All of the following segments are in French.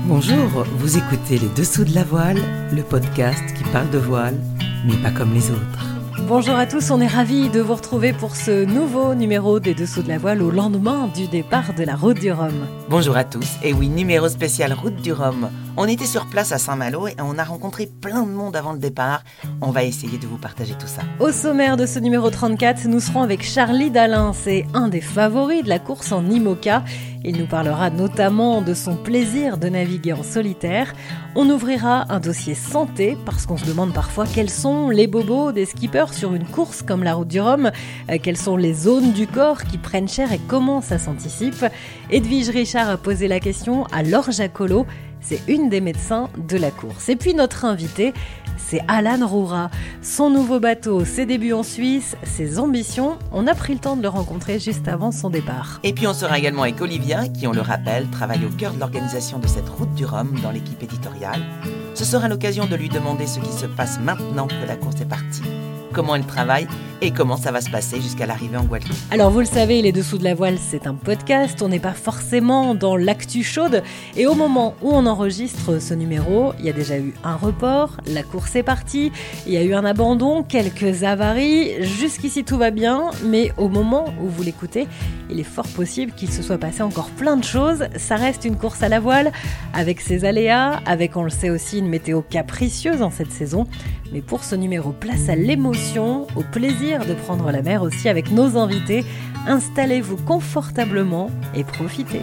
Bonjour, vous écoutez Les Dessous de la Voile, le podcast qui parle de voile, mais pas comme les autres. Bonjour à tous, on est ravis de vous retrouver pour ce nouveau numéro des Dessous de la Voile au lendemain du départ de la Route du Rhum. Bonjour à tous, et oui, numéro spécial Route du Rhum. On était sur place à Saint-Malo et on a rencontré plein de monde avant le départ. On va essayer de vous partager tout ça. Au sommaire de ce numéro 34, nous serons avec Charlie Dalin, c'est un des favoris de la course en IMOCA. Il nous parlera notamment de son plaisir de naviguer en solitaire. On ouvrira un dossier santé, parce qu'on se demande parfois quels sont les bobos des skippers sur une course comme la Route du Rhum, quelles sont les zones du corps qui prennent cher et comment ça s'anticipe. Edwige Richard a posé la question à Laure Jacolo, c'est une des médecins de la course. Et puis notre invité, c'est Alan Roura. Son nouveau bateau, ses débuts en Suisse, ses ambitions, on a pris le temps de le rencontrer juste avant son départ. Et puis on sera également avec Olivia, qui on le rappelle, travaille au cœur de l'organisation de cette Route du Rhum dans l'équipe éditoriale. Ce sera l'occasion de lui demander ce qui se passe maintenant que la course est partie, comment elle travaille et comment ça va se passer jusqu'à l'arrivée en Guadeloupe. Alors vous le savez, Les Dessous de la Voile, c'est un podcast, on n'est pas forcément dans l'actu chaude. Et au moment où on enregistre ce numéro, il y a déjà eu un report, la course est partie, il y a eu un abandon, quelques avaries. Jusqu'ici tout va bien, mais au moment où vous l'écoutez, il est fort possible qu'il se soit passé encore plein de choses. Ça reste une course à la voile, avec ses aléas, avec, on le sait aussi, une météo capricieuse en cette saison. Mais pour ce numéro, place à l'émotion, au plaisir de prendre la mer aussi avec nos invités. Installez-vous confortablement et profitez.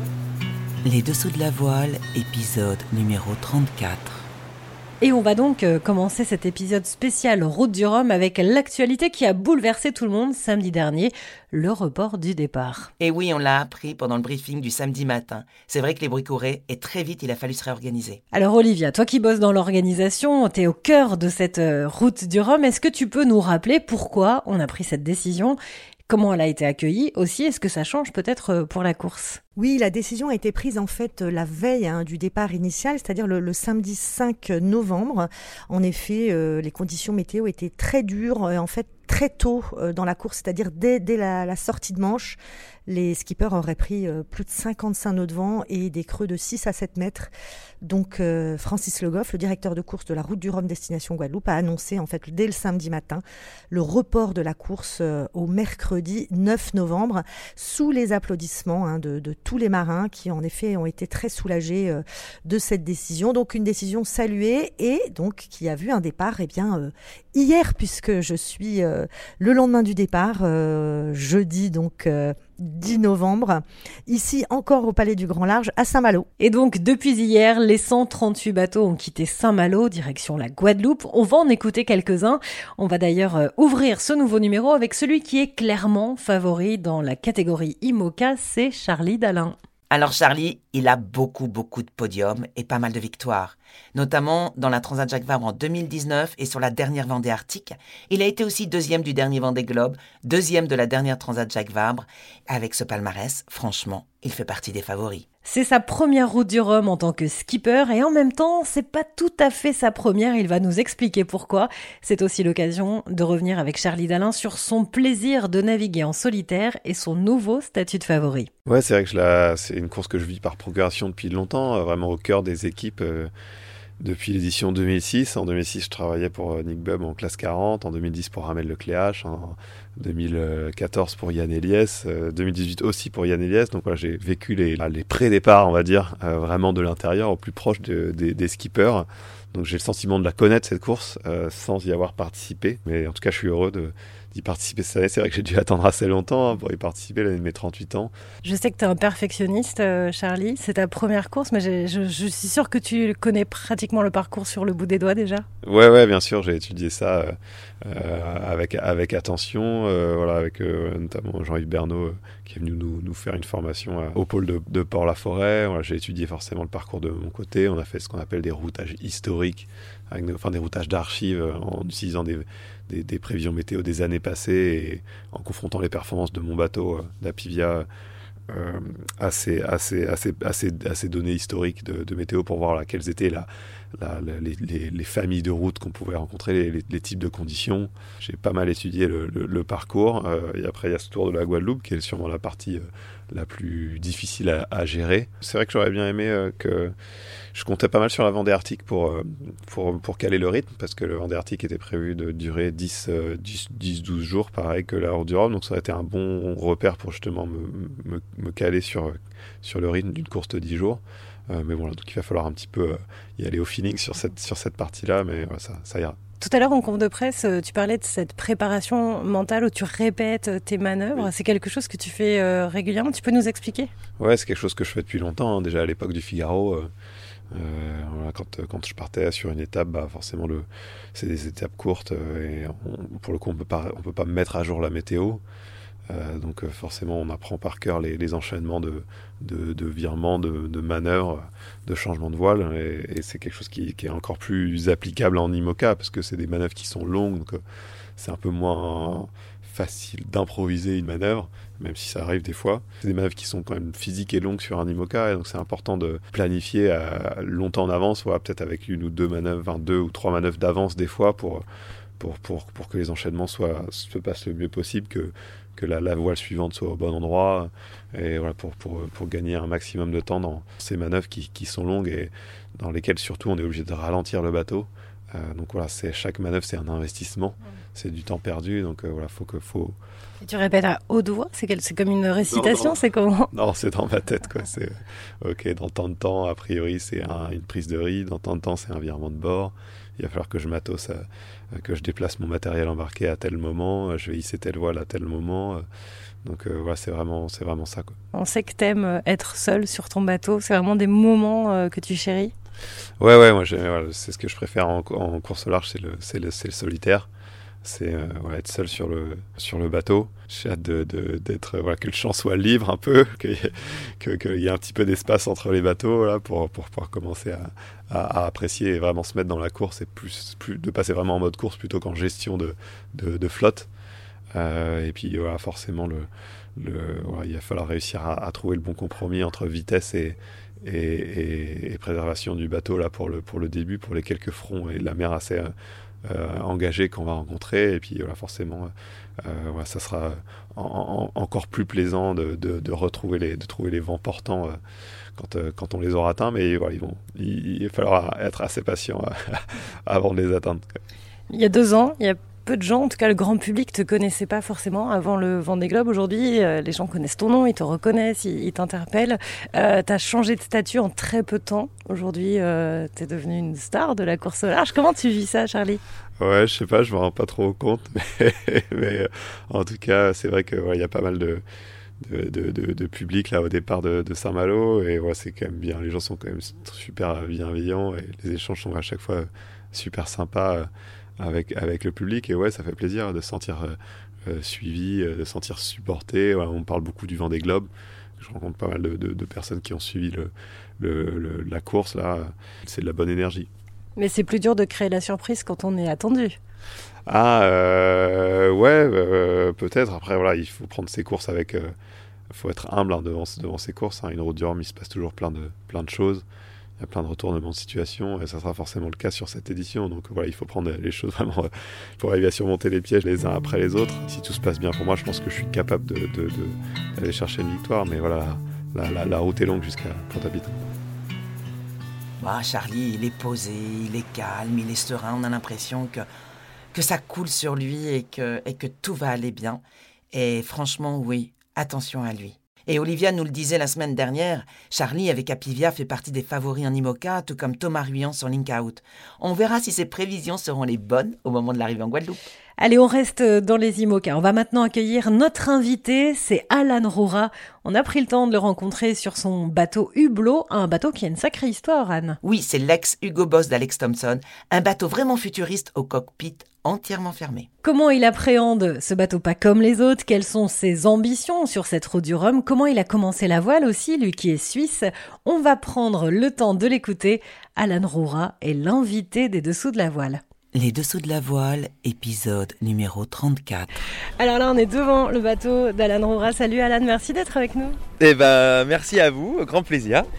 Les Dessous de la Voile, épisode numéro 34. Et on va donc commencer cet épisode spécial Route du Rhum avec l'actualité qui a bouleversé tout le monde samedi dernier, le report du départ. Et oui, on l'a appris pendant le briefing du samedi matin. C'est vrai que les bruits couraient et très vite, il a fallu se réorganiser. Alors Olivia, toi qui bosses dans l'organisation, t'es au cœur de cette Route du Rhum. Est-ce que tu peux nous rappeler pourquoi on a pris cette décision ? Comment elle a été accueillie aussi? Est-ce que ça change peut-être pour la course? Oui, la décision a été prise en fait la veille du départ initial, c'est-à-dire le samedi 5 novembre. En effet, les conditions météo étaient très dures, en fait très tôt dans la course, c'est-à-dire dès la sortie de Manche. Les skippers auraient pris plus de 55 nœuds de vent et des creux de 6 à 7 mètres. Donc Francis Le Goff, le directeur de course de la Route du Rhum destination Guadeloupe, a annoncé en fait dès le samedi matin le report de la course au mercredi 9 novembre sous les applaudissements de tous les marins qui en effet ont été très soulagés de cette décision. Donc une décision saluée et donc qui a vu un départ hier, puisque je suis le lendemain du départ, jeudi donc 10 novembre, ici encore au Palais du Grand Large à Saint-Malo. Et donc depuis hier, les 138 bateaux ont quitté Saint-Malo, direction la Guadeloupe. On va en écouter quelques-uns. On va d'ailleurs ouvrir ce nouveau numéro avec celui qui est clairement favori dans la catégorie IMOCA, c'est Charlie Dalin. Alors Charlie, il a beaucoup de podiums et pas mal de victoires, notamment dans la Transat Jacques Vabre en 2019 et sur la dernière Vendée Arctique. Il a été aussi deuxième du dernier Vendée Globe, deuxième de la dernière Transat Jacques Vabre. Avec ce palmarès, franchement, il fait partie des favoris. C'est sa première Route du Rhum en tant que skipper et en même temps, c'est pas tout à fait sa première, il va nous expliquer pourquoi. C'est aussi l'occasion de revenir avec Charlie Dalin sur son plaisir de naviguer en solitaire et son nouveau statut de favori. Ouais, c'est vrai que c'est une course que je vis par procuration depuis longtemps, vraiment au cœur des équipes depuis l'édition 2006. En 2006, je travaillais pour Nick Bubb en classe 40, en 2010 pour Ramel Lecléache, en 2014 pour Yann Eliès, 2018 aussi pour Yann Eliès. Donc voilà, j'ai vécu les pré-départs, on va dire, vraiment de l'intérieur, au plus proche des skippers. Donc j'ai le sentiment de la connaître, cette course, sans y avoir participé. Mais en tout cas, je suis heureux d'y participer cette année. C'est vrai que j'ai dû attendre assez longtemps pour y participer, l'année de mes 38 ans. Je sais que tu es un perfectionniste, Charlie. C'est ta première course, mais je suis sûre que tu connais pratiquement le parcours sur le bout des doigts déjà. Ouais, bien sûr. J'ai étudié ça avec attention, avec notamment Jean-Yves Bernot qui est venu nous faire une formation au pôle de Port-la-Forêt. Voilà, j'ai étudié forcément le parcours de mon côté. On a fait ce qu'on appelle des routages historiques, des routages d'archives en utilisant des prévisions météo des années passées et en confrontant les performances de mon bateau d'Apivia à ces données historiques de météo pour voir quelles étaient les familles de routes qu'on pouvait rencontrer, les types de conditions. J'ai pas mal étudié le parcours. Et après, il y a ce tour de la Guadeloupe qui est sûrement la partie la plus difficile à gérer. C'est vrai que j'aurais bien aimé que je comptais pas mal sur la Vendée Arctique pour caler le rythme, parce que le Vendée Arctique était prévu de durer 10-12 jours, pareil que la Route du Rhum. Donc ça aurait été un bon repère pour justement me caler sur le rythme d'une course de 10 jours. Mais bon, là, donc il va falloir un petit peu y aller au feeling sur cette partie-là, mais voilà, ça ira. Tout à l'heure, en conf de presse, tu parlais de cette préparation mentale où tu répètes tes manœuvres. Oui. C'est quelque chose que tu fais régulièrement. Tu peux nous expliquer ? Ouais, c'est quelque chose que je fais depuis longtemps. Déjà à l'époque du Figaro, voilà, quand je partais sur une étape, forcément, c'est des étapes courtes. Et pour le coup, on peut pas mettre à jour la météo. Donc forcément on apprend par cœur les enchaînements de virements, de manœuvres, de changements de voile, et c'est quelque chose qui est encore plus applicable en IMOCA, parce que c'est des manœuvres qui sont longues, donc c'est un peu moins facile d'improviser une manœuvre, même si ça arrive des fois. C'est des manœuvres qui sont quand même physiques et longues sur un IMOCA, et donc c'est important de planifier longtemps en avance, voilà, peut-être avec une ou deux manœuvres, 2 ou 3 manœuvres d'avance des fois, pour que les enchaînements se passent le mieux possible, que la voile suivante soit au bon endroit, et voilà, pour gagner un maximum de temps dans ces manœuvres qui sont longues et dans lesquelles surtout on est obligé de ralentir le bateau. Donc voilà, chaque manœuvre c'est un investissement, c'est du temps perdu, donc voilà, faut... Et tu répètes à haute voix, c'est comme une récitation, non. C'est comment ? Non, c'est dans ma tête, quoi. C'est ok, dans tant de temps, a priori c'est une prise de riz, dans tant de temps c'est un virement de bord. Il va falloir que je matos, que je déplace mon matériel embarqué à tel moment, je vais hisser telle voile à tel moment. Donc voilà, c'est vraiment ça, quoi. On sait que t'aimes être seul sur ton bateau, c'est vraiment des moments que tu chéris. Ouais, moi c'est ce que je préfère en course au large, c'est le solitaire. C'est être seul sur le bateau. J'ai hâte d'être que le champ soit libre un peu, qu'il y ait un petit peu d'espace entre les bateaux là, pour pouvoir commencer à apprécier et vraiment se mettre dans la course, et plus de passer vraiment en mode course plutôt qu'en gestion de flotte. Et puis voilà, forcément il va falloir réussir à trouver le bon compromis entre vitesse et préservation du bateau là pour le début, pour les quelques fronts et la mer assez engagés qu'on va rencontrer, et puis voilà, forcément ça sera encore plus plaisant de trouver les vents portants quand on les aura atteints, mais voilà, il va falloir être assez patient avant de les atteindre. Il y a 2 ans, il y a peu de gens, en tout cas le grand public, te connaissait pas forcément avant le Vendée Globe. Aujourd'hui, les gens connaissent ton nom, ils te reconnaissent, ils t'interpellent. T'as changé de statut en très peu de temps. Aujourd'hui, t'es devenu une star de la course au large. Comment tu vis ça, Charlie ? Ouais, je sais pas, je me rends pas trop compte, mais en tout cas, c'est vrai que il y a pas mal de public là au départ de Saint-Malo, et c'est quand même bien. Les gens sont quand même super bienveillants, et les échanges sont à chaque fois super sympas avec le public, et ça fait plaisir de se sentir suivi, de se sentir supporté. Voilà, on parle beaucoup du Vendée Globe. Je rencontre pas mal de personnes qui ont suivi la course là. C'est de la bonne énergie. Mais c'est plus dur de créer la surprise quand on est attendu. Peut-être. Après voilà, il faut prendre ses courses avec. Faut être humble devant ses courses. Une Route du Rhum, il se passe toujours plein de choses. Il y a plein de retournements de situation, et ça sera forcément le cas sur cette édition. Donc voilà, il faut prendre les choses vraiment pour arriver à surmonter les pièges les uns après les autres. Si tout se passe bien pour moi, je pense que je suis capable d'aller chercher une victoire. Mais voilà, la route est longue jusqu'à Pointe-à-Pitre. Charlie, il est posé, il est calme, il est serein. On a l'impression que ça coule sur lui et que tout va aller bien. Et franchement, oui, attention à lui. Et Olivia nous le disait la semaine dernière, Charlie avec Apivia fait partie des favoris en IMOCA, tout comme Thomas Ruyant sur Link Out. On verra si ses prévisions seront les bonnes au moment de l'arrivée en Guadeloupe. Allez, on reste dans les IMOCA. On va maintenant accueillir notre invité, c'est Alan Roura. On a pris le temps de le rencontrer sur son bateau Hublot, un bateau qui a une sacrée histoire, Anne. Oui, c'est l'ex-Hugo Boss d'Alex Thompson, un bateau vraiment futuriste au cockpit entièrement fermé. Comment il appréhende ce bateau pas comme les autres ? Quelles sont ses ambitions sur cette Route du Rhum ? Comment il a commencé la voile aussi, lui qui est suisse ? On va prendre le temps de l'écouter. Alan Roura est l'invité des Dessous de la voile. Les Dessous de la voile, épisode numéro 34. Alors là, on est devant le bateau d'Alan Roura. Salut Alan, merci d'être avec nous. Merci à vous, grand plaisir.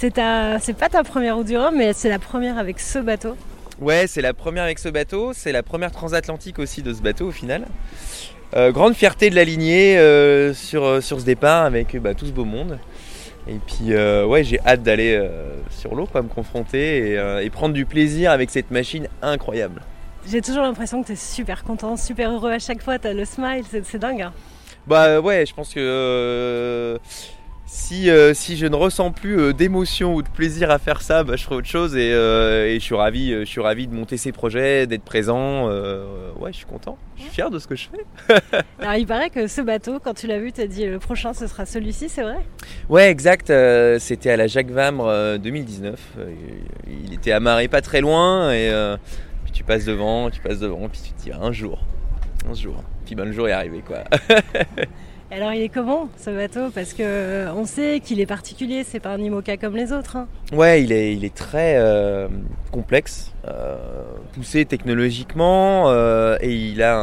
C'est pas ta première route du Rhum, mais c'est la première avec ce bateau. Ouais, c'est la première avec ce bateau. C'est la première transatlantique aussi de ce bateau au final. Grande fierté de l'aligner sur ce départ avec tout ce beau monde. Et puis ouais, j'ai hâte d'aller sur l'eau, me confronter et prendre du plaisir avec cette machine incroyable. J'ai toujours l'impression que tu es super content, super heureux à chaque fois, tu as le smile, c'est dingue. Hein. Bah ouais, je pense que si je ne ressens plus d'émotion ou de plaisir à faire ça, je ferai autre chose et je suis ravi de monter ces projets, d'être présent. Ouais, je suis content, je suis fier de ce que je fais. Alors il paraît que ce bateau, quand tu l'as vu, tu as dit le prochain ce sera celui-ci, c'est vrai ? Ouais, exact, c'était à la Jacques Vabre 2019. Il était amarré pas très loin et puis tu passes devant, puis tu te dis un jour. Puis le jour est arrivé quoi. Alors il est comment ce bateau ? Parce que on sait qu'il est particulier, c'est pas un IMOCA comme les autres. Hein. Ouais, il est très complexe, poussé technologiquement et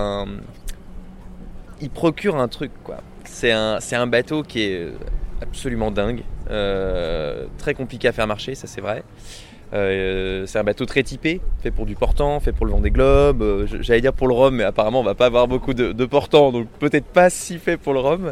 il procure un truc quoi. C'est un bateau qui est absolument dingue, très compliqué à faire marcher, ça c'est vrai. C'est un bateau très typé, fait pour du portant, fait pour le Vendée Globe. J'allais dire pour le Rhum, mais apparemment on va pas avoir beaucoup de portant, donc peut-être pas si fait pour le Rhum.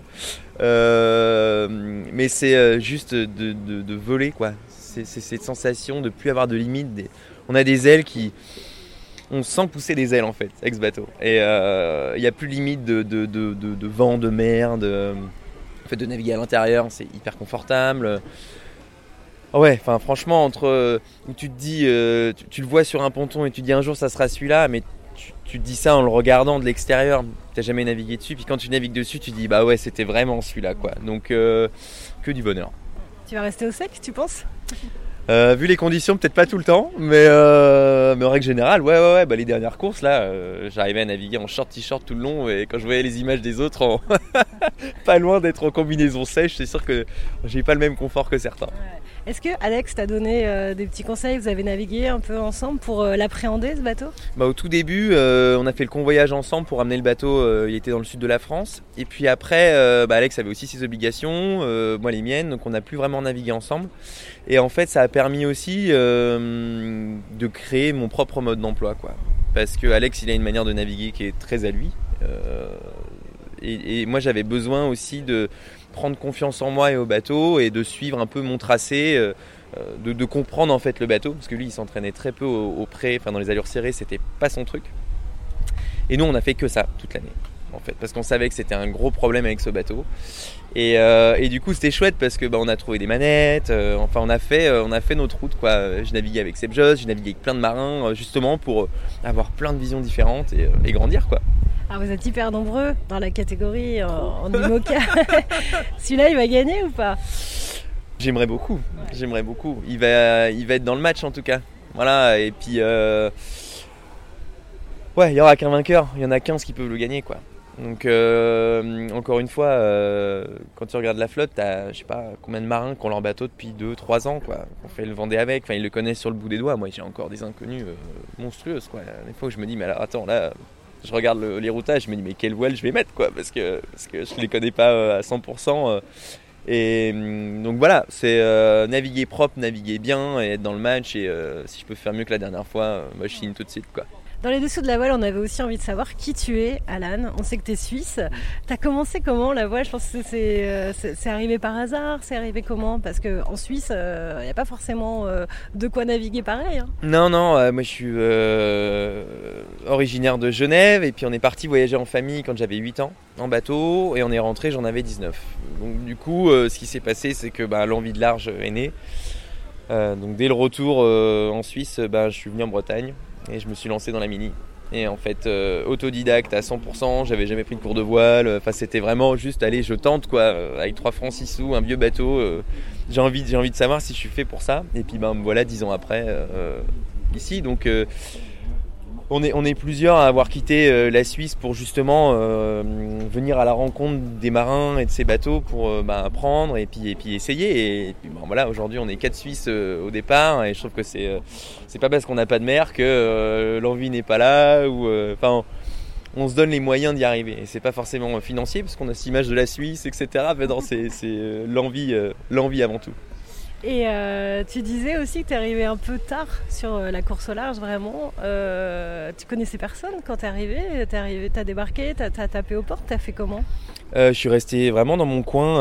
Mais c'est juste de voler quoi. C'est cette sensation de plus avoir de limite. On a des ailes on sent pousser des ailes en fait avec ce bateau. Et il n'y a plus de limite de vent, de mer, de naviguer à l'intérieur, c'est hyper confortable. Ouais, enfin franchement, entre où tu te dis, tu le vois sur un ponton et tu te dis un jour ça sera celui-là, mais tu te dis ça en le regardant de l'extérieur, t'as jamais navigué dessus, puis quand tu navigues dessus, tu te dis bah ouais c'était vraiment celui-là quoi, donc que du bonheur. Tu vas rester au sec, tu penses ? Vu les conditions, peut-être pas tout le temps, mais en règle générale, ouais, les dernières courses là, j'arrivais à naviguer en short t-shirt tout le long et quand je voyais les images des autres, pas loin d'être en combinaison sèche, c'est sûr que j'ai pas le même confort que certains. Ouais. Est-ce que Alex t'a donné des petits conseils ? Vous avez navigué un peu ensemble pour l'appréhender ce bateau ? Au tout début, on a fait le convoyage ensemble pour amener le bateau, il était dans le sud de la France. Et puis après, Alex avait aussi ses obligations, moi les miennes, donc on n'a plus vraiment navigué ensemble. Et en fait, ça a permis aussi de créer mon propre mode d'emploi, quoi. Parce que Alex, il a une manière de naviguer qui est très à lui. Et moi, j'avais besoin aussi de prendre confiance en moi et au bateau et de suivre un peu mon tracé, de comprendre en fait le bateau, parce que lui, il s'entraînait très peu au pré, dans les allures serrées, c'était pas son truc. Et nous, on a fait que ça toute l'année, en fait, parce qu'on savait que c'était un gros problème avec ce bateau. Et du coup, c'était chouette parce que on a trouvé des manettes. On a fait notre route, quoi. Je naviguais avec Seb Joss, je naviguais avec plein de marins, justement pour avoir plein de visions différentes et grandir, quoi. Ah, vous êtes hyper nombreux dans la catégorie en IMOCA. Celui-là, il va gagner ou pas ? J'aimerais beaucoup. Il va être dans le match en tout cas. Voilà. Et puis, ouais, il y aura qu'un vainqueur. Il y en a 15 qui peuvent le gagner, quoi. Donc, encore une fois, quand tu regardes la flotte, t'as, je sais pas, combien de marins qui ont leur bateau depuis 2-3 ans, quoi. On fait le Vendée avec. Enfin, ils le connaissent sur le bout des doigts. Moi, j'ai encore des inconnus monstrueuses, quoi. Des fois où je me dis, mais alors, attends, là. Je regarde les routages, je me dis mais quelle voile je vais mettre quoi, parce que je les connais pas à 100%. Et donc voilà, c'est naviguer propre, naviguer bien et être dans le match. Et si je peux faire mieux que la dernière fois, moi je signe tout de suite quoi. Dans les dessous de la voile, on avait aussi envie de savoir qui tu es, Alan. On sait que tu es suisse. Tu as commencé comment la voile ? Je pense que c'est arrivé par hasard. C'est arrivé comment ? Parce qu'en Suisse, il n'y a pas forcément de quoi naviguer pareil. Hein. Non, moi je suis originaire de Genève. Et puis on est parti voyager en famille quand j'avais 8 ans en bateau. Et on est rentré, j'en avais 19. Donc du coup, ce qui s'est passé, c'est que l'envie de large est née. Donc dès le retour en Suisse, je suis venu en Bretagne. Et je me suis lancé dans la mini. Et en fait, autodidacte à 100%, j'avais jamais pris de cours de voile. Enfin, c'était vraiment juste, allez, je tente quoi. Avec 3 francs 6 sous, un vieux bateau. J'ai envie de savoir si je suis fait pour ça. Et puis, me voilà 10 ans après, ici. Donc, on est plusieurs à avoir quitté la Suisse pour justement venir à la rencontre des marins et de ces bateaux pour apprendre et puis essayer. Et puis voilà, aujourd'hui on est 4 Suisses au départ et je trouve que c'est pas parce qu'on n'a pas de mer que l'envie n'est pas là ou on se donne les moyens d'y arriver. Et c'est pas forcément financier parce qu'on a cette image de la Suisse, etc. Mais non, c'est l'envie avant tout. Et tu disais aussi que tu es arrivé un peu tard sur la course au large, vraiment. Tu connaissais personne quand tu es arrivé? T'as débarqué, t'as tapé aux portes, t'as fait comment? Je suis resté vraiment dans mon coin.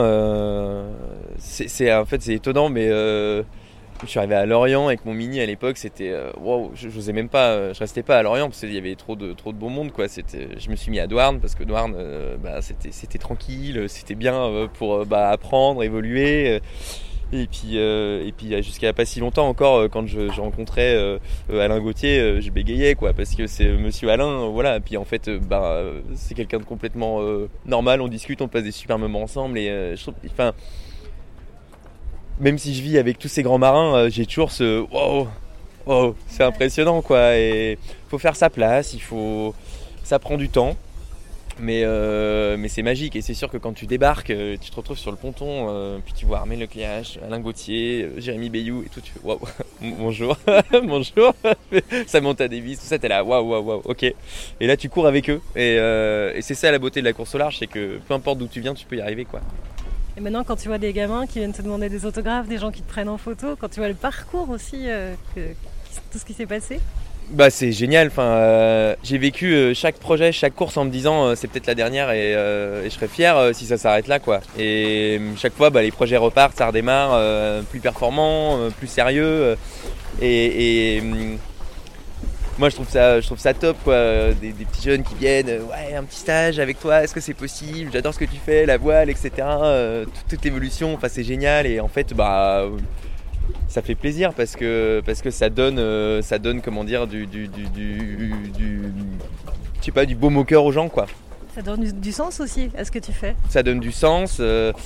En fait, c'est étonnant, mais je suis arrivé à Lorient avec mon Mini à l'époque. C'était wow, j'osais même pas. Je restais pas à Lorient parce qu'il y avait trop de bon monde, quoi. Je me suis mis à Douarn parce que Douarn, c'était tranquille, c'était bien pour apprendre, évoluer. Et puis jusqu'à pas si longtemps encore, quand je rencontrais Alain Gauthier, je bégayais, quoi, parce que c'est Monsieur Alain, voilà. Et puis en fait, c'est quelqu'un de complètement normal. On discute, on passe des super moments ensemble, et je trouve, enfin, même si je vis avec tous ces grands marins, j'ai toujours ce wow, c'est impressionnant, quoi. Et faut faire sa place, ça prend du temps. Mais c'est magique, et c'est sûr que quand tu débarques, tu te retrouves sur le ponton, puis tu vois Armel Lecléache, Alain Gauthier, Jérémy Bayou et tout, tu fais waouh, bonjour, bonjour, Samantha Davis, tout ça, t'es là, waouh, ok. Et là tu cours avec eux, et c'est ça la beauté de la course au large, c'est que peu importe d'où tu viens, tu peux y arriver, quoi. Et maintenant, quand tu vois des gamins qui viennent te demander des autographes, des gens qui te prennent en photo, quand tu vois le parcours aussi, tout ce qui s'est passé, c'est génial. Enfin, j'ai vécu chaque projet, chaque course en me disant c'est peut-être la dernière, et je serais fier si ça s'arrête là, quoi. Et chaque fois, les projets repartent, ça redémarre, plus performant, plus sérieux. Moi, je trouve ça top, quoi. Des petits jeunes qui viennent, ouais, un petit stage avec toi, est-ce que c'est possible? J'adore ce que tu fais, la voile, etc. Toute l'évolution, enfin, c'est génial. Et en fait, ça fait plaisir parce que ça donne comment dire du je sais pas, du baume au cœur aux gens, quoi. Ça donne du sens aussi à ce que tu fais. Ça donne du sens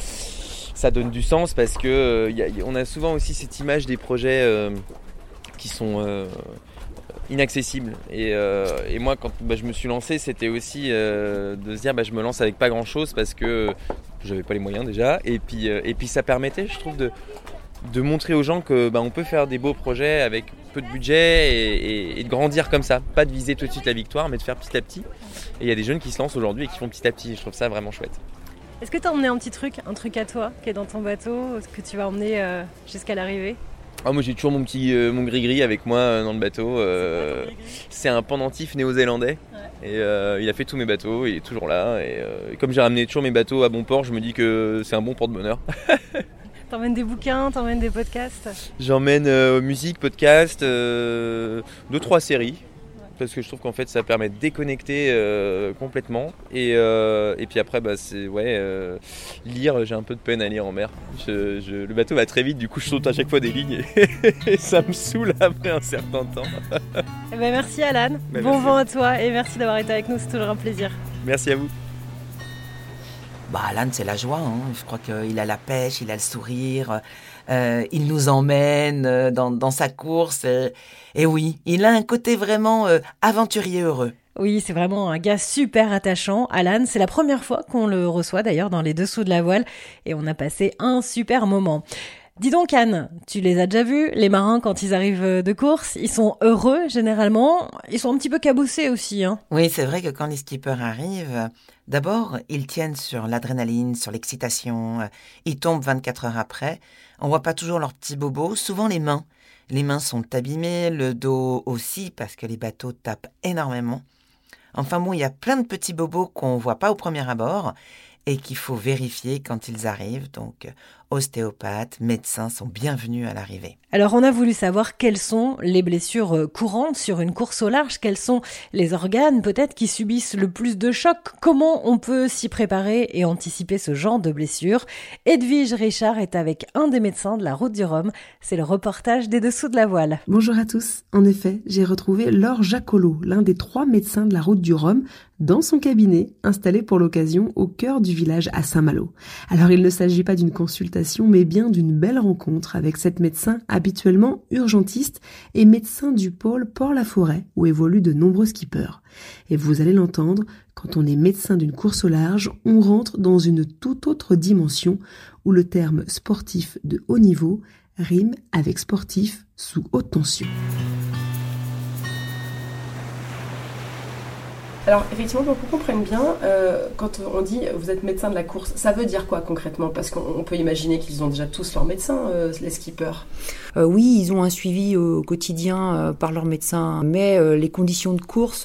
parce que on a souvent aussi cette image des projets qui sont inaccessibles, et moi quand je me suis lancé, c'était aussi de se dire je me lance avec pas grand chose parce que j'avais pas les moyens déjà, et puis ça permettait, je trouve, de montrer aux gens que on peut faire des beaux projets avec peu de budget et de grandir comme ça, pas de viser tout de suite la victoire, mais de faire petit à petit. Et il y a des jeunes qui se lancent aujourd'hui et qui font petit à petit, je trouve ça vraiment chouette. Est-ce que tu as emmené un truc à toi qui est dans ton bateau, que tu vas emmener jusqu'à l'arrivée? Moi j'ai toujours mon gris-gris avec moi dans le bateau. C'est un pendentif néo-zélandais, ouais. Et il a fait tous mes bateaux, il est toujours là. Et comme j'ai ramené toujours mes bateaux à bon port, je me dis que c'est un bon porte-bonheur. T'emmènes des bouquins, t'emmènes des podcasts? J'emmène musique, podcast, 2-3 séries. Parce que je trouve qu'en fait ça permet de déconnecter complètement, et puis après lire, j'ai un peu de peine à lire en mer. Le bateau va très vite, du coup je saute à chaque fois des lignes et ça me saoule après un certain temps. Merci Alan, bon vent à toi, et merci d'avoir été avec nous, c'est toujours un plaisir. Merci à vous. Alan, c'est la joie, hein. Je crois qu'il a la pêche, il a le sourire, il nous emmène dans sa course. Et oui, il a un côté vraiment aventurier heureux. Oui, c'est vraiment un gars super attachant, Alan. C'est la première fois qu'on le reçoit d'ailleurs dans les Dessous de la voile, et on a passé un super moment. Dis donc Anne, tu les as déjà vus, les marins, quand ils arrivent de course? Ils sont heureux généralement, ils sont un petit peu cabossés aussi, hein. Oui, c'est vrai que quand les skippers arrivent, d'abord, ils tiennent sur l'adrénaline, sur l'excitation. Ils tombent 24 heures après. On voit pas toujours leurs petits bobos, souvent les mains. Les mains sont abîmées, le dos aussi, parce que les bateaux tapent énormément. Enfin bon, il y a plein de petits bobos qu'on voit pas au premier abord et qu'il faut vérifier quand ils arrivent. Donc, ostéopathes, médecins sont bienvenus à l'arrivée. Alors, on a voulu savoir quelles sont les blessures courantes sur une course au large, quels sont les organes peut-être qui subissent le plus de chocs, comment on peut s'y préparer et anticiper ce genre de blessures. Edwige Richard est avec un des médecins de la Route du Rhum. C'est le reportage des Dessous de la voile. Bonjour à tous. En effet, j'ai retrouvé Laure Jacolo, l'un des 3 médecins de la Route du Rhum, dans son cabinet, installé pour l'occasion au cœur du village à Saint-Malo. Alors, il ne s'agit pas d'une consultation, mais bien d'une belle rencontre avec cette médecin habituellement urgentiste et médecin du pôle Port-la-Forêt, où évoluent de nombreux skippers. Et vous allez l'entendre, quand on est médecin d'une course au large, on rentre dans une toute autre dimension, où le terme sportif de haut niveau rime avec sportif sous haute tension. Alors effectivement, pour qu'on comprenne bien, quand on dit vous êtes médecin de la course, ça veut dire quoi concrètement? Parce qu'on peut imaginer qu'ils ont déjà tous leur médecin, les skippers. Oui, ils ont un suivi au quotidien par leur médecin, mais les conditions de course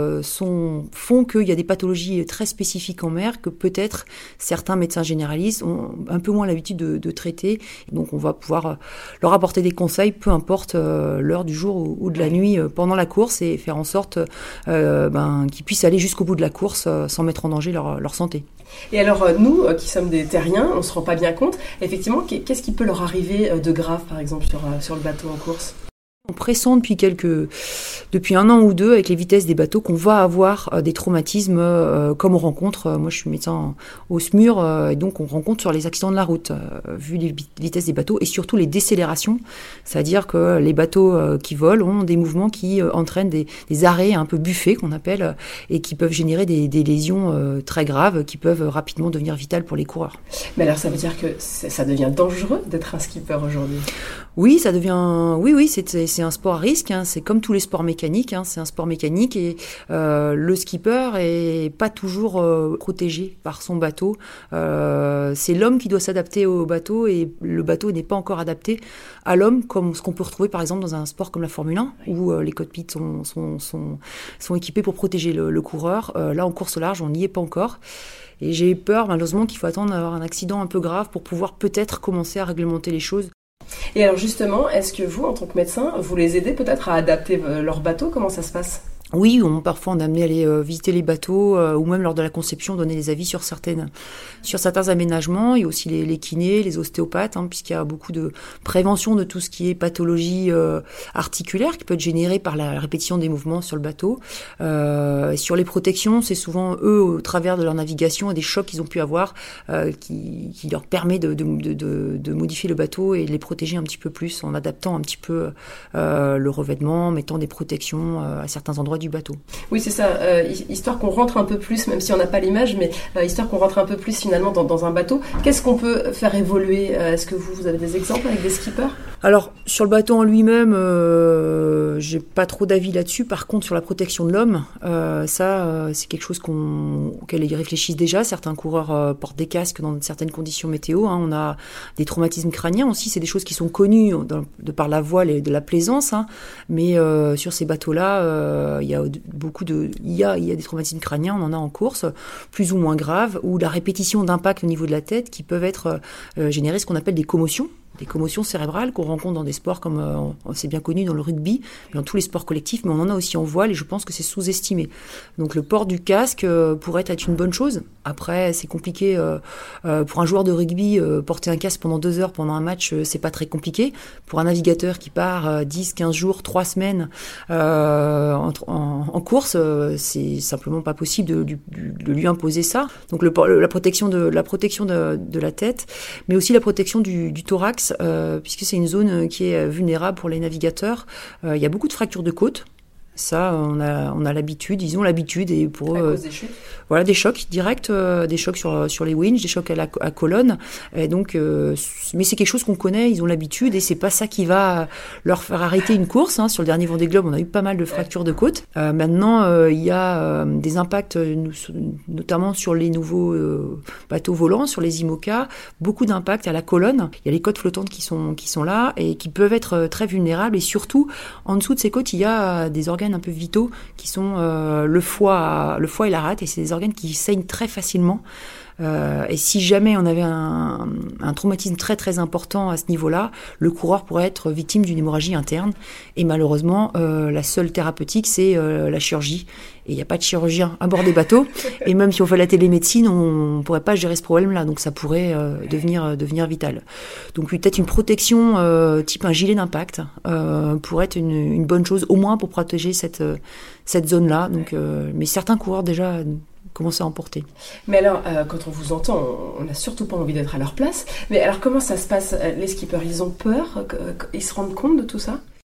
font qu'il y a des pathologies très spécifiques en mer que peut-être certains médecins généralistes ont un peu moins l'habitude de traiter. Donc on va pouvoir leur apporter des conseils, peu importe l'heure du jour ou de la nuit pendant la course, et faire en sorte qu'ils puissent aller jusqu'au bout de la course sans mettre en danger leur santé. Et alors nous, qui sommes des terriens, on ne se rend pas bien compte, effectivement, qu'est-ce qui peut leur arriver de grave, par exemple, sur le bateau en course? On pressent depuis un an ou deux avec les vitesses des bateaux qu'on va avoir des traumatismes comme on rencontre. Moi, je suis médecin au SMUR et donc on rencontre sur les accidents de la route, vu les vitesses des bateaux et surtout les décélérations. C'est-à-dire que les bateaux qui volent ont des mouvements qui entraînent des arrêts un peu buffés qu'on appelle et qui peuvent générer des lésions très graves qui peuvent rapidement devenir vitales pour les coureurs. Mais alors ça veut dire que ça devient dangereux d'être un skipper aujourd'hui? Oui, ça devient. Oui, c'est un sport à risque. Hein. C'est comme tous les sports mécaniques. Hein. C'est un sport mécanique et le skipper est pas toujours protégé par son bateau. C'est l'homme qui doit s'adapter au bateau et le bateau n'est pas encore adapté à l'homme, comme ce qu'on peut retrouver par exemple dans un sport comme la Formule 1 où les cockpits sont équipés pour protéger le coureur. Là, en course au large, on n'y est pas encore. Et j'ai peur, malheureusement, qu'il faut attendre d'avoir un accident un peu grave pour pouvoir peut-être commencer à réglementer les choses. Et alors justement, est-ce que vous, en tant que médecin, vous les aidez peut-être à adapter leur bateau? Comment ça se passe? Oui, parfois on est amené à aller visiter les bateaux ou même lors de la conception donner des avis sur certains aménagements. Il y a aussi les kinés, les ostéopathes, puisqu'il y a beaucoup de prévention de tout ce qui est pathologie articulaire qui peut être générée par la répétition des mouvements sur le bateau. Sur les protections, c'est souvent eux, au travers de leur navigation et des chocs qu'ils ont pu avoir, qui leur permet de modifier le bateau et de les protéger un petit peu plus en adaptant un petit peu le revêtement, mettant des protections à certains endroits du bateau. Oui, c'est ça, histoire qu'on rentre un peu plus, même si on n'a pas l'image, mais histoire qu'on rentre un peu plus finalement dans un bateau. Qu'est-ce qu'on peut faire évoluer? Est-ce que vous avez des exemples avec des skippers? Alors, sur le bateau en lui-même, j'ai pas trop d'avis là-dessus. Par contre, sur la protection de l'homme, c'est quelque chose auquel ils réfléchissent déjà. Certains coureurs portent des casques dans certaines conditions météo. On a des traumatismes crâniens aussi. C'est des choses qui sont connues de par la voile et de la plaisance. Mais sur ces bateaux-là, il y a des traumatismes crâniens, on en a en course, plus ou moins graves, ou la répétition d'impacts au niveau de la tête qui peuvent être générer ce qu'on appelle des commotions cérébrales qu'on rencontre dans des sports comme c'est bien connu dans le rugby, dans tous les sports collectifs, mais on en a aussi en voile et je pense que c'est sous-estimé. Donc le port du casque pourrait être une bonne chose. Après, c'est compliqué pour un joueur de rugby, porter un casque pendant 2 heures pendant un match, c'est pas très compliqué. Pour un navigateur qui part 10, 15 jours, 3 semaines en course, c'est simplement pas possible de lui imposer ça. Donc la protection de la tête, mais aussi la protection du thorax, puisque c'est une zone qui est vulnérable pour les navigateurs. Il y a beaucoup de fractures de côte. Ça, on a l'habitude, ils ont l'habitude, et pour eux, cause des chutes. Voilà, des chocs directs, des chocs sur les winches, des chocs à colonne. Et donc, mais c'est quelque chose qu'on connaît, ils ont l'habitude, et c'est pas ça qui va leur faire arrêter une course. Sur le dernier Vendée Globe, on a eu pas mal de fractures de côte. Maintenant, il y a des impacts, notamment sur les nouveaux bateaux volants, sur les IMOCA, beaucoup d'impacts à la colonne. Il y a les côtes flottantes qui sont là et qui peuvent être très vulnérables. Et surtout, en dessous de ces côtes, il y a des organes un peu vitaux qui sont le foie et la rate, et c'est des organes qui saignent très facilement. Et si jamais on avait un traumatisme très très important à ce niveau-là, le coureur pourrait être victime d'une hémorragie interne. Et malheureusement, la seule thérapeutique, c'est la chirurgie. Et il n'y a pas de chirurgien à bord des bateaux. Et même si on fait la télémédecine, on ne pourrait pas gérer ce problème-là. Donc ça pourrait devenir vital. Donc peut-être une protection type un gilet d'impact pourrait être une bonne chose, au moins pour protéger cette zone-là. Donc, mais certains coureurs déjà commencer à emporter. Mais alors, quand on vous entend, on n'a surtout pas envie d'être à leur place. Mais alors, comment ça se passe? Les skippers, ils ont peur? Ils se rendent compte de tout ça?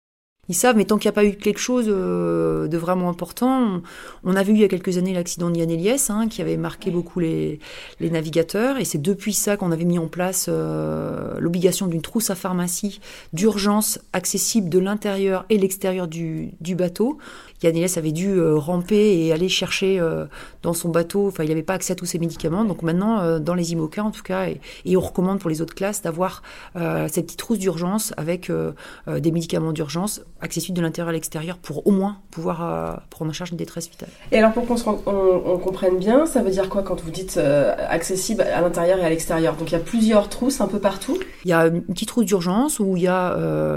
Ils savent, mais tant qu'il n'y a pas eu quelque chose de vraiment important, on avait eu il y a quelques années l'accident de Yann Eliès, qui avait marqué beaucoup les navigateurs, et c'est depuis ça qu'on avait mis en place l'obligation d'une trousse à pharmacie d'urgence accessible de l'intérieur et l'extérieur du bateau. Yann Eliès avait dû ramper et aller chercher dans son bateau, il n'avait pas accès à tous ces médicaments, donc maintenant dans les IMOCA en tout cas, et on recommande pour les autres classes d'avoir cette petite trousse d'urgence avec des médicaments d'urgence accessibles de l'intérieur à l'extérieur pour au moins pouvoir prendre en charge une détresse vitale. Et alors pour qu'on comprenne bien, ça veut dire quoi quand vous dites accessible à l'intérieur et à l'extérieur? Donc il y a plusieurs trousses un peu partout? Il y a une petite trousse d'urgence où il y a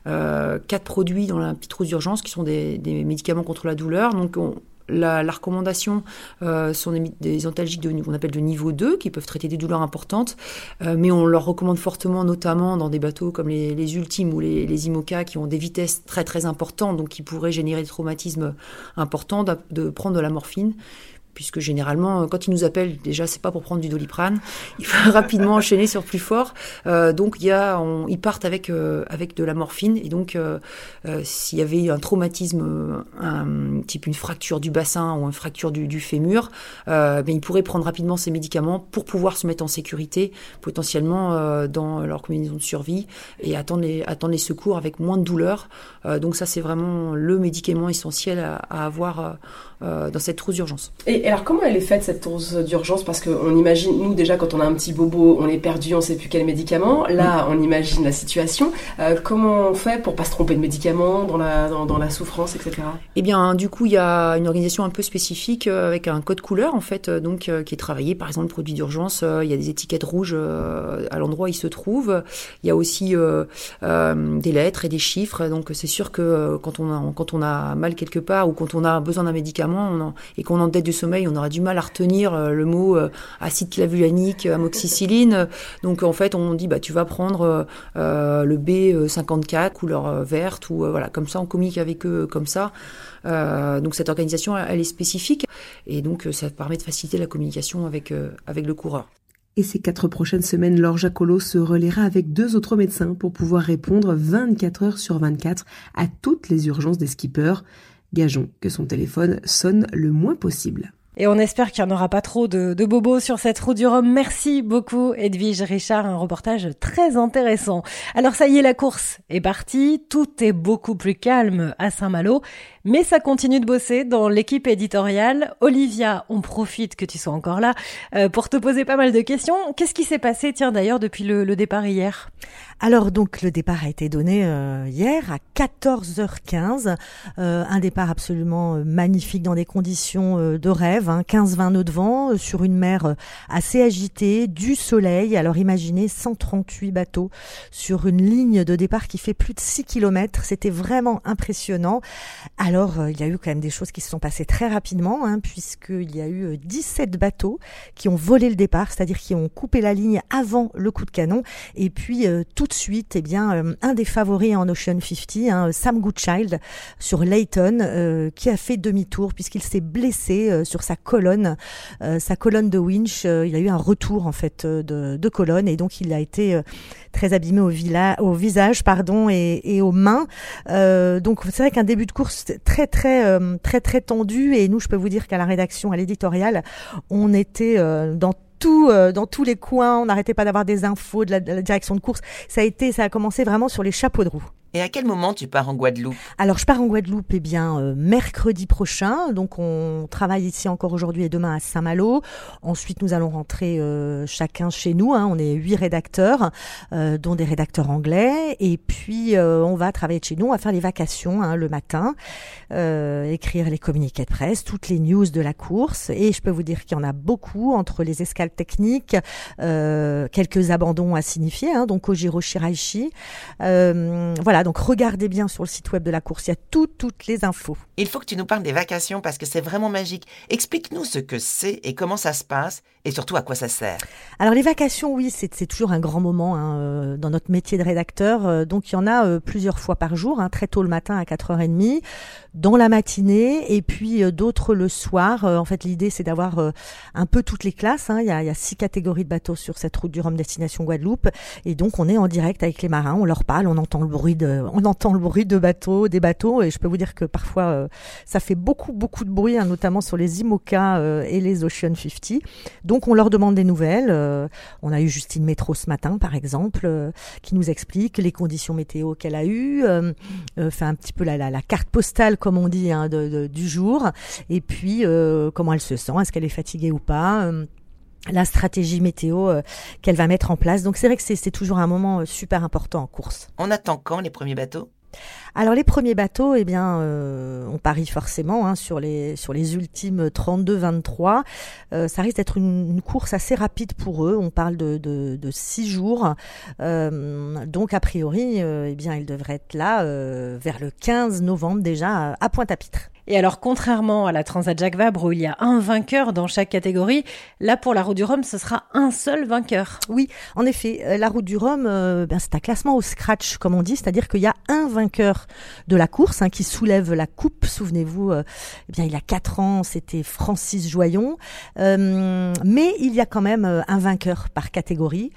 4 produits dans la petite trousse d'urgence qui sont des médicaments contre la douleur. Donc la recommandation sont des antalgiques qu'on appelle de niveau 2 qui peuvent traiter des douleurs importantes, mais on leur recommande fortement, notamment dans des bateaux comme les Ultimes ou les IMOCA qui ont des vitesses très très importantes, donc qui pourraient générer des traumatismes importants, de prendre de la morphine. Puisque généralement, quand ils nous appellent, déjà, c'est pas pour prendre du Doliprane. Il faut rapidement enchaîner sur plus fort. Donc, ils partent avec de la morphine. Et donc, s'il y avait un traumatisme, type une fracture du bassin ou une fracture du fémur, ils pourraient prendre rapidement ces médicaments pour pouvoir se mettre en sécurité, potentiellement dans leur combinaison de survie, et attendre les secours avec moins de douleur. Donc ça, c'est vraiment le médicament essentiel à avoir dans cette trousse d'urgence. Et alors, comment elle est faite, cette trousse d'urgence? Parce qu'on imagine, nous, déjà, quand on a un petit bobo, on est perdu, on ne sait plus quel médicament. Là, on imagine la situation. Comment on fait pour ne pas se tromper de médicaments dans la souffrance, etc.? Eh bien, du coup, il y a une organisation un peu spécifique avec un code couleur, en fait, qui est travaillé. Par exemple, le produit d'urgence, il y a des étiquettes rouges à l'endroit où il se trouve. Il y a aussi des lettres et des chiffres. Donc, c'est sûr que quand on a mal quelque part ou quand on a besoin d'un médicament et qu'on est en dette du sommeil, on aura du mal à retenir le mot acide clavulanique, amoxicilline. Donc en fait, on dit tu vas prendre le B54 couleur verte ou voilà, comme ça on communique avec eux comme ça. Donc cette organisation, elle est spécifique et donc ça permet de faciliter la communication avec le coureur. Et ces 4 prochaines semaines, Laure Jacollot se reliera avec 2 autres médecins pour pouvoir répondre 24 heures sur 24 à toutes les urgences des skippers. Gageons que son téléphone sonne le moins possible. Et on espère qu'il n'y en aura pas trop de bobos sur cette route du Rhum. Merci beaucoup Edwige Richard, un reportage très intéressant. Alors ça y est, la course est partie, tout est beaucoup plus calme à Saint-Malo, mais ça continue de bosser dans l'équipe éditoriale. Olivia, on profite que tu sois encore là pour te poser pas mal de questions. Qu'est-ce qui s'est passé, tiens d'ailleurs, depuis le départ hier ? Alors donc le départ a été donné hier à 14h15, un départ absolument magnifique dans des conditions de rêve, 15-20 nœuds de vent sur une mer assez agitée, du soleil. Alors imaginez 138 bateaux sur une ligne de départ qui fait plus de 6 km, c'était vraiment impressionnant. Alors il y a eu quand même des choses qui se sont passées très rapidement, puisqu'il y a eu 17 bateaux qui ont volé le départ, c'est-à-dire qui ont coupé la ligne avant le coup de canon, et puis tout de suite, un des favoris en Ocean 50, Sam Goodchild sur Layton, qui a fait demi-tour puisqu'il s'est blessé sur sa colonne de winch. Il a eu un retour en fait de colonne et donc il a été très abîmé au visage et aux mains. Donc c'est vrai qu'un début de course très tendu, et nous, je peux vous dire qu'à la rédaction, à l'éditorial, on était dans tous les coins, on n'arrêtait pas d'avoir des infos de la direction de course. Ça a commencé vraiment sur les chapeaux de roue. Et à quel moment tu pars en Guadeloupe ? Alors, je pars en Guadeloupe, mercredi prochain. Donc, on travaille ici encore aujourd'hui et demain à Saint-Malo. Ensuite, nous allons rentrer chacun chez nous. On est 8 rédacteurs, dont des rédacteurs anglais. Et puis, on va travailler de chez nous. On va faire les vacations le matin, écrire les communiqués de presse, toutes les news de la course. Et je peux vous dire qu'il y en a beaucoup entre les escales techniques, quelques abandons à signifier, donc au Giro Shiraishi. Voilà. Donc regardez bien sur le site web de la course, il y a toutes les infos. Il faut que tu nous parles des vacations parce que c'est vraiment magique. Explique-nous ce que c'est et comment ça se passe et surtout à quoi ça sert. Alors les vacations, oui, c'est toujours un grand moment dans notre métier de rédacteur. Donc il y en a plusieurs fois par jour, très tôt le matin à 4h30, dans la matinée et puis d'autres le soir. En fait, l'idée c'est d'avoir un peu toutes les classes. Il y a 6 catégories de bateaux sur cette route du Rhum destination Guadeloupe et donc on est en direct avec les marins, on leur parle, on entend le bruit de on entend le bruit des bateaux, et je peux vous dire que parfois ça fait beaucoup de bruit, hein, notamment sur les IMOCA et les Ocean 50. Donc on leur demande des nouvelles. On a eu Justine Métro ce matin, par exemple, qui nous explique les conditions météo qu'elle a eues, fait un petit peu la carte postale, comme on dit, hein, du jour, et puis comment elle se sent, est-ce qu'elle est fatiguée ou pas, la stratégie météo qu'elle va mettre en place. Donc c'est vrai que c'est toujours un moment super important en course. On attend quand les premiers bateaux ? Alors les premiers bateaux, eh bien, on parie forcément hein, sur les ultimes 32-23. Ça risque d'être une course assez rapide pour eux. On parle de 6 jours. Donc a priori, eh bien, ils devraient être là vers le 15 novembre déjà à Pointe-à-Pitre. Et alors, contrairement à la Transat Jacques Vabre où il y a un vainqueur dans chaque catégorie, là, pour la Route du Rhum, ce sera un seul vainqueur. Oui, en effet, la Route du Rhum, c'est un classement au scratch, comme on dit, c'est-à-dire qu'il y a un vainqueur de la course hein, qui soulève la coupe. Souvenez-vous, eh bien, il y a 4 ans, c'était Francis Joyon. Mais il y a quand même un vainqueur par catégorie.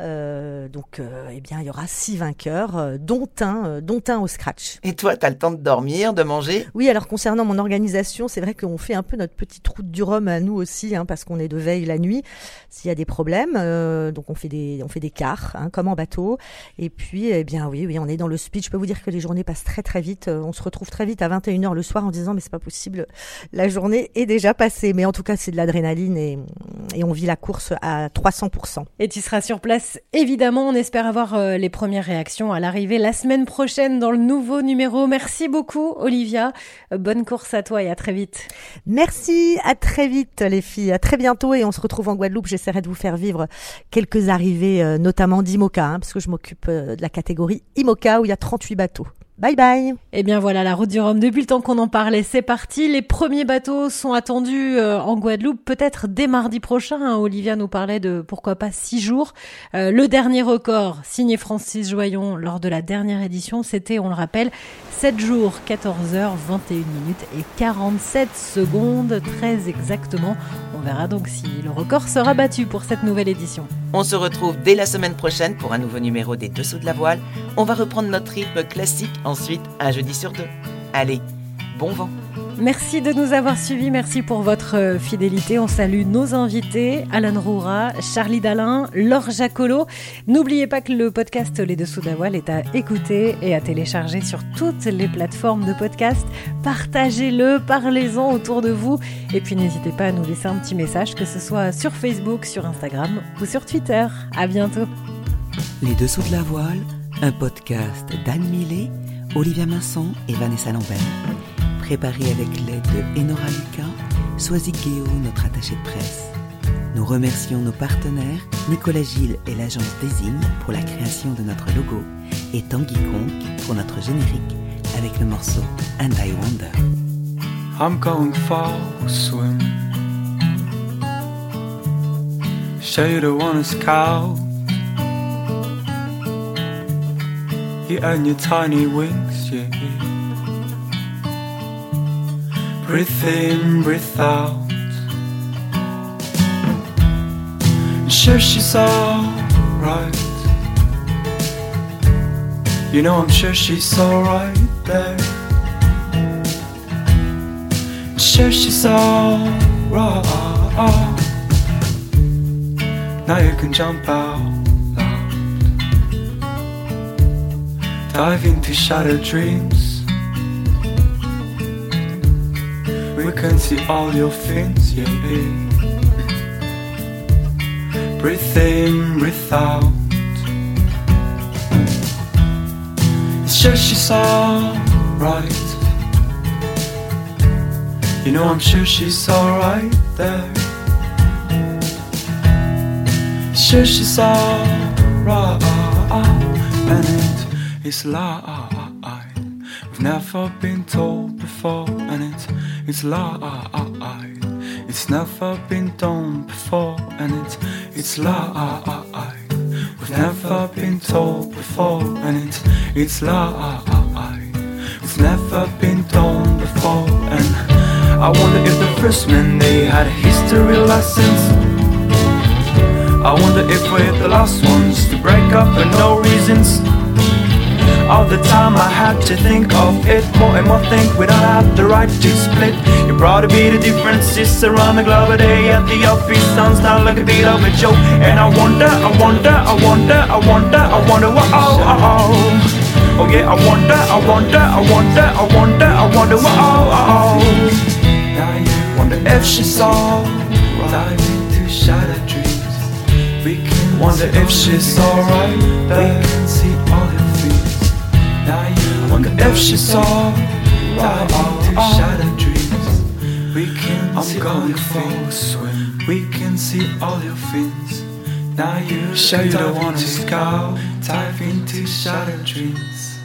Donc, eh bien, il y aura 6 vainqueurs, dont un au scratch. Et toi, t'as le temps de dormir, de manger ? Oui, alors concernant mon organisation, c'est vrai qu'on fait un peu notre petite route du Rhum à nous aussi, hein, parce qu'on est de veille la nuit s'il y a des problèmes. Donc on fait des quarts, hein, comme en bateau. Et puis, eh bien, oui, on est dans le speed. Je peux vous dire que les journées passent très très vite. On se retrouve très vite à 21h le soir en disant mais c'est pas possible, la journée est déjà passée. Mais en tout cas, c'est de l'adrénaline et on vit la course à 300%. Et tu seras sur place, évidemment. On espère avoir les premières réactions à l'arrivée la semaine prochaine dans le nouveau numéro. Merci beaucoup, Olivia. Bonne course à toi et à très vite. Merci, à très vite les filles, à très bientôt et on se retrouve en Guadeloupe. J'essaierai de vous faire vivre quelques arrivées, notamment d'IMOCA, hein, parce que je m'occupe de la catégorie IMOCA où il y a 38 bateaux. Bye bye. Eh bien voilà, la Route du Rhum, depuis le temps qu'on en parlait, c'est parti. Les premiers bateaux sont attendus en Guadeloupe, peut-être dès mardi prochain. Hein. Olivia nous parlait de, pourquoi pas, 6 jours. Le dernier record, signé Francis Joyon lors de la dernière édition, c'était, on le rappelle, 7 jours, 14h, 21 minutes et 47 secondes, très exactement. On verra donc si le record sera battu pour cette nouvelle édition. On se retrouve dès la semaine prochaine pour un nouveau numéro des Dessous de la Voile. On va reprendre notre rythme classique ensuite, un jeudi sur 2. Allez, bon vent. Merci de nous avoir suivis, merci pour votre fidélité. On salue nos invités, Alan Roura, Charlie Dalin, Laure Jacolo. N'oubliez pas que le podcast Les Dessous de la Voile est à écouter et à télécharger sur toutes les plateformes de podcast. Partagez-le, parlez-en autour de vous. Et puis n'hésitez pas à nous laisser un petit message, que ce soit sur Facebook, sur Instagram ou sur Twitter. À bientôt. Les Dessous de la Voile, un podcast d'Anne Millet, Olivia Masson et Vanessa Lambert. Préparé avec l'aide de Enora Lucas, Soisy Guéo, notre attaché de presse. Nous remercions nos partenaires, Nicolas Gilles et l'agence Désigne pour la création de notre logo et Tanguy Conque pour notre générique avec le morceau And I Wonder. I'm going for a swim. Sure you don't wanna scout. You and your tiny wings, yeah. Breathe in, breathe out. Sure she's alright. You know I'm sure she's alright there. Sure she's alright. Now you can jump out loud. Dive into shattered dreams. We can see all your fins, yeah. Breathe in, breathe out. Sure she's alright. You know I'm sure she's alright there. Sure she's alright. And it's light. We've never been told before. And it's light. It's never been done before. And it's light. We've never been told before. And it's light. It's never been done before. And I wonder if the first men they had history lessons. I wonder if we're the last ones to break up for no reasons. All the time I had to think of it more and more. Think we don't have the right to split. You brought a bit of differences around the globe. A day at the office sounds not like a bit of a joke. And I wonder, I wonder, I wonder, I wonder, I wonder what, oh, oh, oh. Oh yeah, I wonder, I wonder, I wonder, I wonder, I wonder what, oh, oh, oh. Now you wonder if she's all right. Dive into shattered dreams. We can wonder if she's alright. We can see all your fears. Now you wonder if she's all right. Dive into shattered dreams. We can see all your fins. We can see all your fins. Now you show you don't wanna go. Dive into shattered dreams.